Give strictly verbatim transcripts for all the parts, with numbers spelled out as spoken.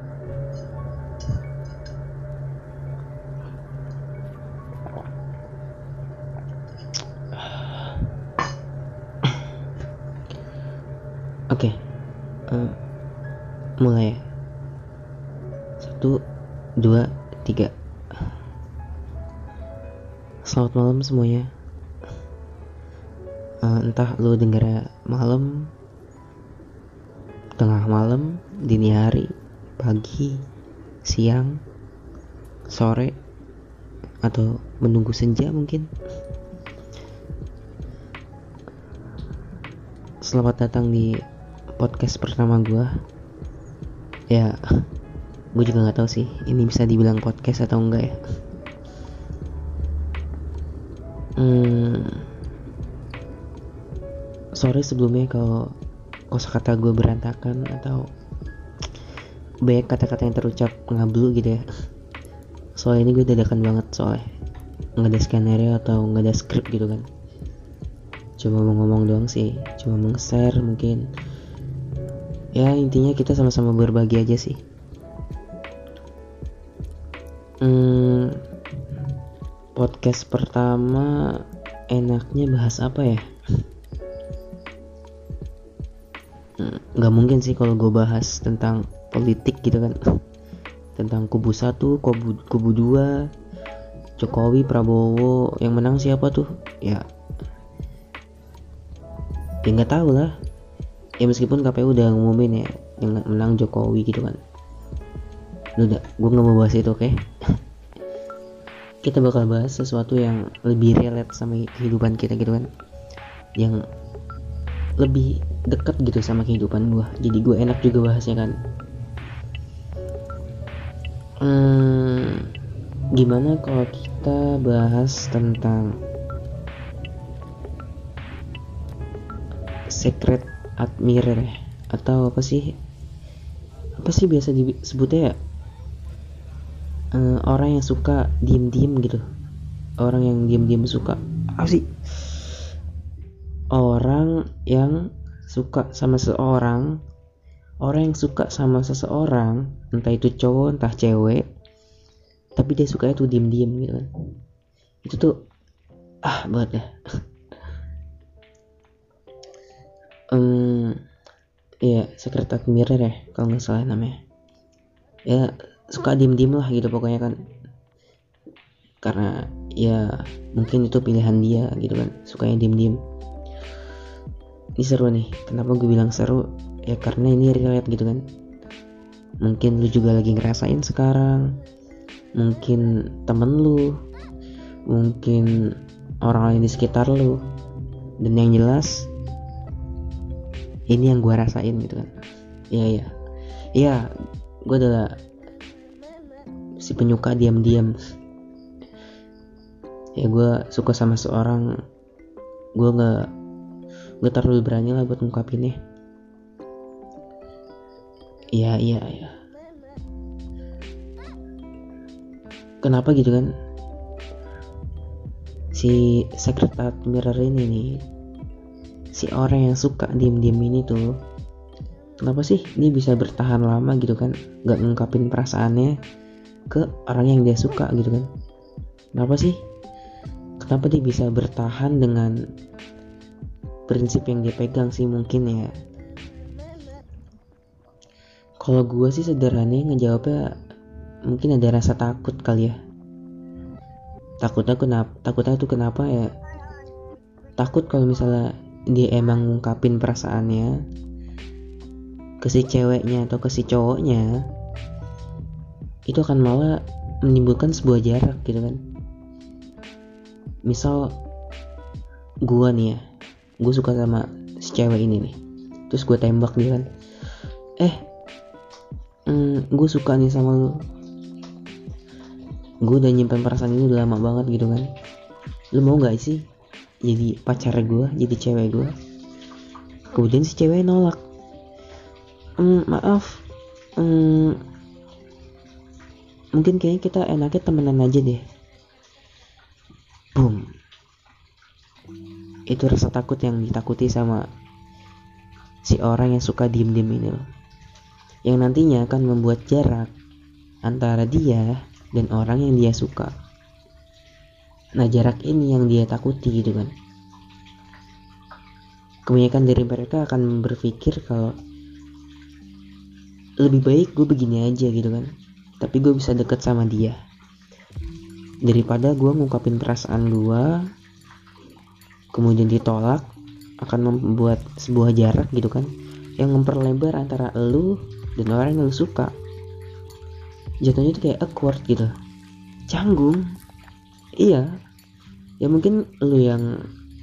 Oke, okay, uh, mulai ya. Satu, dua, tiga. Selamat malam semuanya. Uh, entah lu denger malam, tengah malam, dini hari, pagi, siang, sore, atau menunggu senja mungkin. Selamat datang di podcast pertama gue. Ya, gue juga nggak tahu sih ini bisa dibilang podcast atau enggak ya. Hmm, sorry sebelumnya kalau kosakata gue berantakan atau banyak kata-kata yang terucap ngablu gitu ya. Soalnya ini gue dadakan banget, soalnya nggak ada skenario atau nggak ada skrip gitu kan. Cuma mau ngomong doang sih, cuma mau nge-share mungkin. Ya intinya kita sama-sama berbagi aja sih. Hmm, podcast pertama enaknya bahas apa ya? Hmm, gak mungkin sih kalau gue bahas tentang politik gitu kan. Tentang kubu satu, kubu, kubu dua, Jokowi, Prabowo, yang menang siapa tuh? Ya, ya nggak tahu lah. Ya meskipun K P U udah ngumumin ya yang menang Jokowi gitu kan. Udah, gue nggak mau bahas itu, oke? Okay? Kita bakal bahas sesuatu yang lebih relate sama kehidupan kita gitu kan, yang lebih dekat gitu sama kehidupan gue. Jadi gue enak juga bahasnya kan. Hmm, gimana kalau kita bahas tentang secret admirer ya, atau apa sih apa sih biasa disebutnya ya, uh, orang yang suka diem-diem gitu, orang yang diem-diem suka apa sih, orang yang suka sama seseorang, orang yang suka sama seseorang, entah itu cowok entah cewek, tapi dia sukanya tuh diem-diem gitu kan. Itu tuh ah banget ya. um, Iya, secret admirer ya kalau nggak salah namanya. Ya suka diem-diem lah gitu pokoknya kan. Karena ya mungkin itu pilihan dia gitu kan, sukanya diem-diem. Ini seru nih. Kenapa gue bilang seru? Ya karena ini relate gitu kan. Mungkin lu juga lagi ngerasain sekarang. Mungkin temen lu, mungkin orang lain di sekitar lu. Dan yang jelas ini yang gue rasain gitu kan. Iya iya iya, gue adalah si penyuka diam-diam. Ya gue suka sama seorang, gue nggak nggak terlalu berani lah buat ngungkapinnya. Iya iya iya. Kenapa gitu kan? Si secret admirer ini nih, si orang yang suka diem-diem ini tuh, kenapa sih dia bisa bertahan lama gitu kan, nggak ngungkapin perasaannya ke orang yang dia suka gitu kan? Kenapa sih? Kenapa dia bisa bertahan dengan prinsip yang dia pegang sih mungkin ya? Kalau gue sih sederhananya ngejawabnya mungkin ada rasa takut kali ya. Takutnya kenapa? Takutnya tuh kenapa ya? Takut kalau misalnya dia emang ngungkapin perasaannya ke si ceweknya atau ke si cowoknya, itu akan malah menimbulkan sebuah jarak gitu kan. Misal gue nih ya, gue suka sama si cewek ini nih, terus gue tembak dia kan, eh mm, gue suka nih sama lu, gue udah nyimpen perasaan ini udah lama banget gitu kan, lu mau gak sih jadi pacar gue, jadi cewek gue? Kemudian si cewek nolak, mm, maaf mm, mungkin kayaknya kita enaknya temenan aja deh. Boom. Itu rasa takut yang ditakuti sama si orang yang suka diem-diem ini loh. yang nantinya akan membuat jarak antara dia dan orang yang dia suka. Nah, jarak ini yang dia takuti gitu kan. Kebanyakan dari mereka akan berpikir kalau lebih baik gue begini aja gitu kan, tapi gue bisa deket sama dia daripada gue ngungkapin perasaan gue kemudian ditolak, akan membuat sebuah jarak gitu kan, yang memperlebar antara lu dan orang yang lu suka. Jatuhnya itu kayak awkward gitu, canggung. Iya, ya mungkin lu yang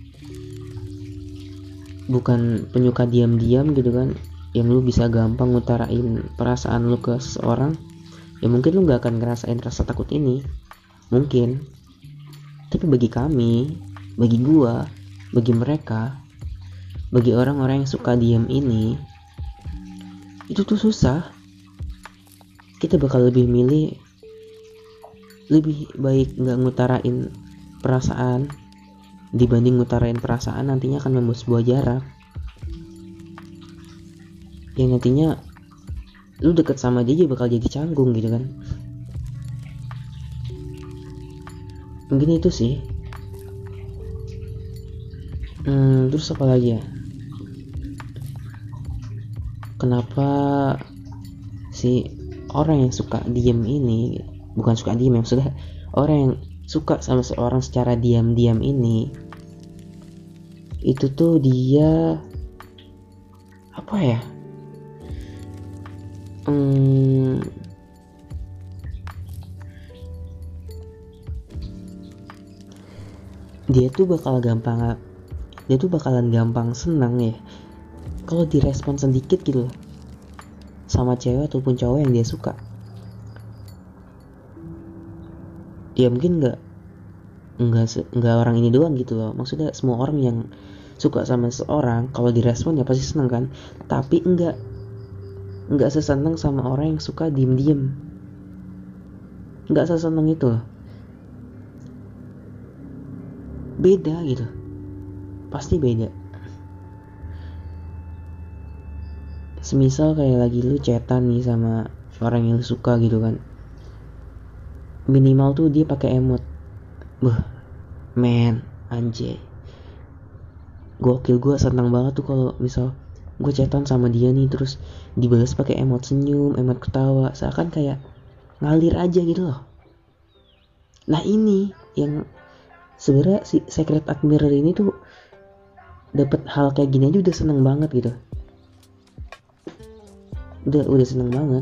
bukan penyuka diam-diam gitu kan, yang lu bisa gampang ngutarain perasaan lu ke seseorang, ya mungkin lu gak akan ngerasain rasa takut ini, mungkin. Tapi bagi kami, bagi gua, bagi mereka, bagi orang-orang yang suka diam ini, itu tuh susah. Kita bakal lebih milih, lebih baik gak ngutarain perasaan dibanding ngutarain perasaan nantinya akan membuat sebuah jarak yang nantinya lu deket sama dia bakal jadi canggung gitu kan. Mungkin itu sih. Hmm, terus apa lagi ya? Kenapa si orang yang suka diem ini, bukan suka diem, yang sudah orang yang suka sama seorang secara diam-diam ini, itu tuh dia apa ya? Hmm, dia tuh bakal gampang, dia tuh bakalan gampang senang ya kalau direspon sedikit gitu loh sama cewek ataupun cowok yang dia suka. Ya mungkin nggak nggak nggak orang ini doang gitu loh, maksudnya semua orang yang suka sama seseorang kalau direspon ya pasti seneng kan, tapi nggak nggak seseneng sama orang yang suka diem-diem, nggak seseneng itu loh. Beda gitu, pasti beda. Semisal kayak lagi lu chatan nih sama orang yang lu suka gitu kan, minimal tuh dia pakai emot. Beuh, men, anjay, gokil. Gue senang banget tuh kalau misal gue chatan sama dia nih terus dibalas pakai emot senyum, emot ketawa, seakan kayak ngalir aja gitu loh. Nah ini yang sebenarnya si Secret Admirer ini tuh dapat hal kayak gini aja udah seneng banget gitu, udah udah seneng banget.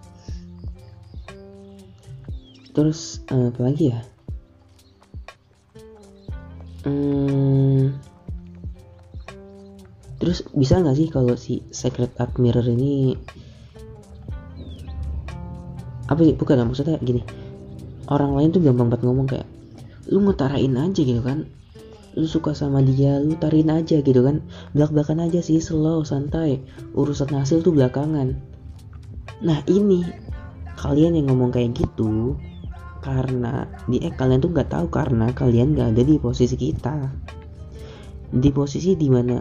Terus uh, apa lagi ya? Hmm, terus bisa nggak sih kalau si Secret Admirer ini apa sih? Bukan lah, maksudnya gini, orang lain tuh gampang banget ngomong kayak lu ngutarain aja gitu kan, lu suka sama dia lu tarin aja gitu kan, belak-belakan aja sih, slow, santai, urusan hasil tuh belakangan. Nah ini kalian yang ngomong kayak gitu karena di eh kalian tuh nggak tahu karena kalian nggak ada di posisi kita, di posisi dimana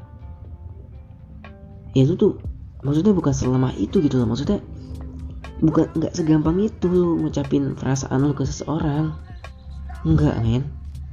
ya itu tuh maksudnya bukan selemah itu gitu loh, maksudnya bukan nggak segampang itu lu ngucapin perasaan lu ke seseorang. Enggak men,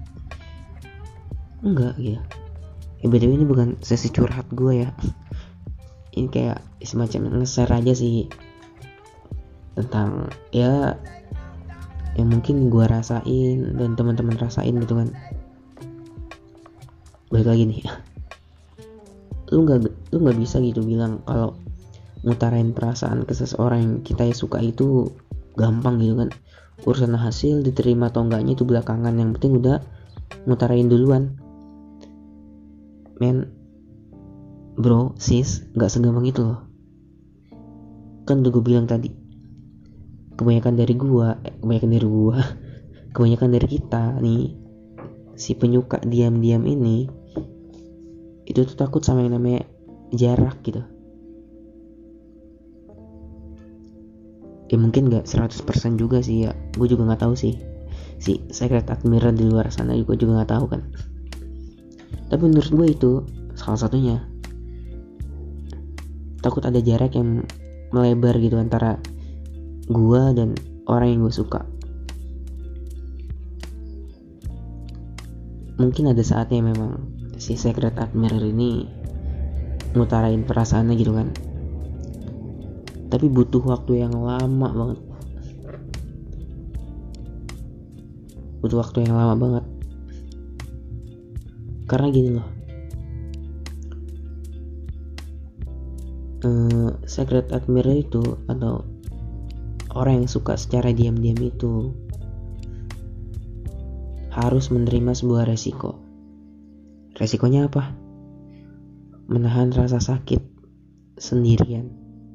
enggak gitu ya. B T W ini bukan sesi curhat gue ya, ini kayak semacam nge-share aja sih tentang ya yang mungkin gue rasain dan teman-teman rasain gitu kan. Balik lagi nih, lu nggak lu nggak bisa gitu bilang kalau ngutarain perasaan ke seseorang yang kita suka itu gampang gitu kan, urusan hasil diterima atau enggaknya itu belakangan, yang penting udah ngutarain duluan. Men, bro, sis, nggak segampang itu loh. Kan udah gue bilang tadi, kebanyakan dari gua, eh, kebanyakan dari gua, kebanyakan dari kita nih, si penyuka diam-diam ini, itu tuh takut sama yang namanya jarak gitu. Ya mungkin nggak seratus persen juga sih ya, gue juga nggak tahu sih. Si Secret Admirer di luar sana juga juga nggak tahu kan. Tapi menurut gue itu salah satunya, takut ada jarak yang melebar gitu antara gua dan orang yang gue suka. Mungkin ada saatnya memang si secret admirer ini ngutarain perasaannya gitu kan, tapi butuh waktu yang lama banget butuh waktu yang lama banget karena gini loh, uh, secret admirer itu atau orang yang suka secara diam-diam itu harus menerima sebuah resiko. Resikonya apa? Menahan rasa sakit sendirian.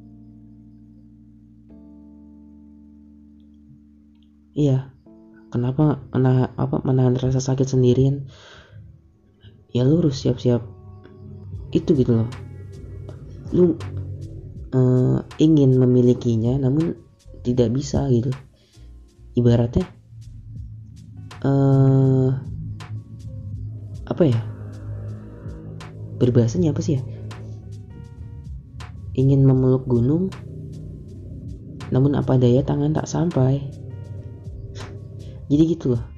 Iya, kenapa menahan apa menahan rasa sakit sendirian? Ya lu harus siap-siap itu gitu loh. Lu uh, ingin memilikinya namun tidak bisa gitu. Ibaratnya uh, apa ya? Berbahasanya apa sih ya? Ingin memeluk gunung namun apa daya tangan tak sampai. Jadi gitu loh.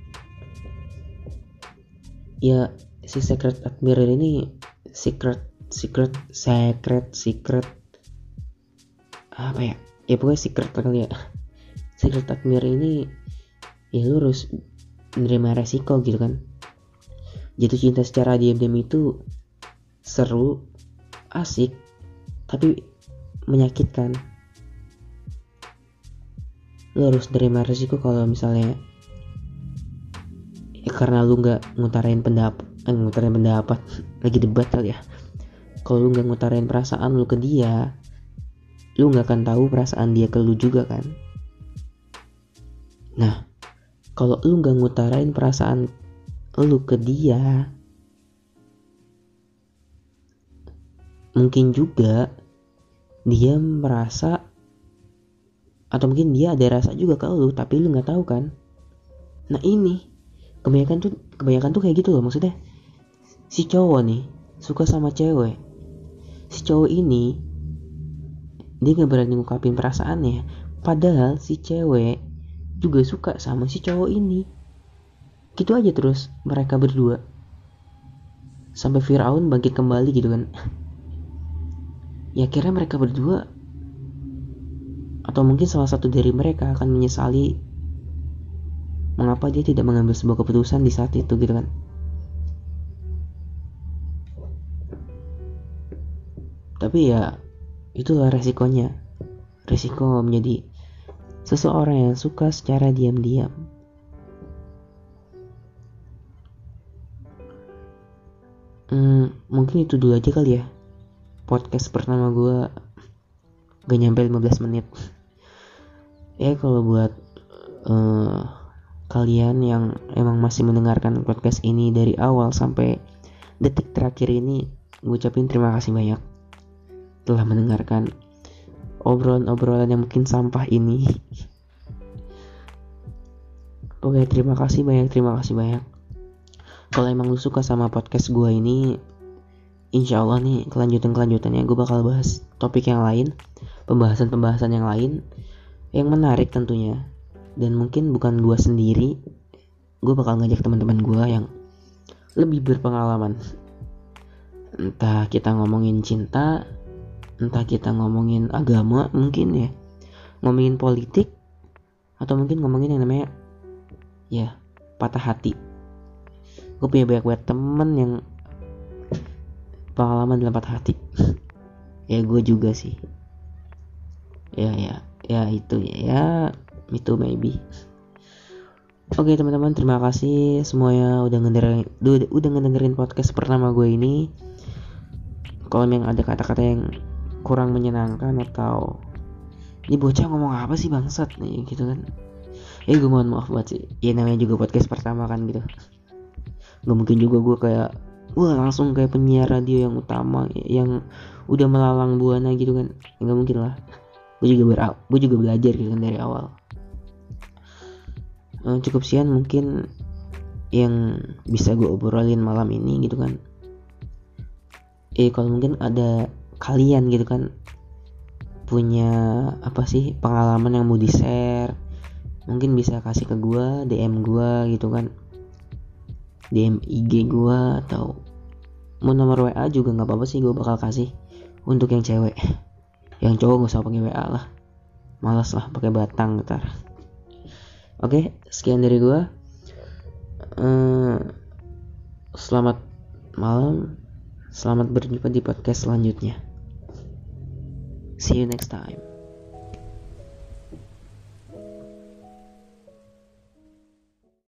Ya si secret admirer ini secret secret secret secret apa ya? Ya pokoknya secret kali ya. Secret admirer ini ya lu harus menerima resiko gitu kan. Jatuh cinta secara diam-diam itu seru, asik, tapi menyakitkan. Lu harus menerima resiko kalau misalnya ya karena lu nggak ngutarain pendapat, eh, ngutarain pendapat lagi debat kali ya. Kalau lu nggak ngutarain perasaan lu ke dia, lu nggak akan tahu perasaan dia ke lu juga kan. Nah, kalau lu nggak ngutarain perasaan lu ke dia, mungkin juga dia merasa atau mungkin dia ada rasa juga ke lu tapi lu nggak tahu kan. Nah ini kebanyakan tuh kebanyakan tuh kayak gitu loh, maksudnya si cowok nih suka sama cewek, si cowok ini dia nggak berani ngungkapin perasaannya padahal si cewek juga suka sama si cowok ini. Gitu aja terus mereka berdua sampai Firaun bangkit kembali gitu kan. Ya akhirnya mereka berdua atau mungkin salah satu dari mereka akan menyesali mengapa dia tidak mengambil sebuah keputusan di saat itu gitu kan. Tapi ya itulah resikonya, resiko menjadi seseorang yang suka secara diam-diam. Hmm, mungkin itu dulu aja kali ya podcast pertama gue, gak nyampe lima belas menit. Ya kalau buat uh, kalian yang emang masih mendengarkan podcast ini dari awal sampai detik terakhir ini, gue ucapin terima kasih banyak telah mendengarkan obrolan-obrolan yang mungkin sampah ini. Oke, terima kasih banyak, terima kasih banyak. Kalau emang lu suka sama podcast gue ini, insya Allah nih kelanjutan-kelanjutannya gue bakal bahas topik yang lain, pembahasan-pembahasan yang lain yang menarik tentunya. Dan mungkin bukan gue sendiri, gue bakal ngajak teman-teman gue yang lebih berpengalaman. Entah kita ngomongin cinta, entah kita ngomongin agama mungkin ya, ngomongin politik, atau mungkin ngomongin yang namanya ya patah hati. Gue punya banyak-banyak temen yang pengalaman dalam patah hati. Ya gue juga sih. Ya ya ya itu ya ya itu maybe. Oke teman-teman, terima kasih semuanya udah ngedengerin udah, udah ngedengerin podcast pertama gue ini. Kalau memang ada kata-kata yang kurang menyenangkan atau ini bocah ngomong apa sih bangsat nih gitu kan, ya gue mohon maaf banget sih. Ya namanya juga podcast pertama kan gitu. Gak mungkin juga gue kayak wah langsung kayak penyiar radio yang utama yang udah melalang buana gitu kan. Gak mungkin lah. Gue juga ber gue juga belajar gitu kan dari awal. Uh, cukup sekian mungkin yang bisa gue obrolin malam ini gitu kan. Eh kalau mungkin ada kalian gitu kan punya apa sih pengalaman yang mau di share, mungkin bisa kasih ke gue, D M gue gitu kan, D M I G gue, atau mau nomor W A juga nggak apa-apa sih, gue bakal kasih untuk yang cewek. Yang cowok nggak usah pakai W A lah, malas lah pakai batang ntar. Oke, sekian dari gue. Uh, selamat malam, selamat berjumpa di podcast selanjutnya. See you next time.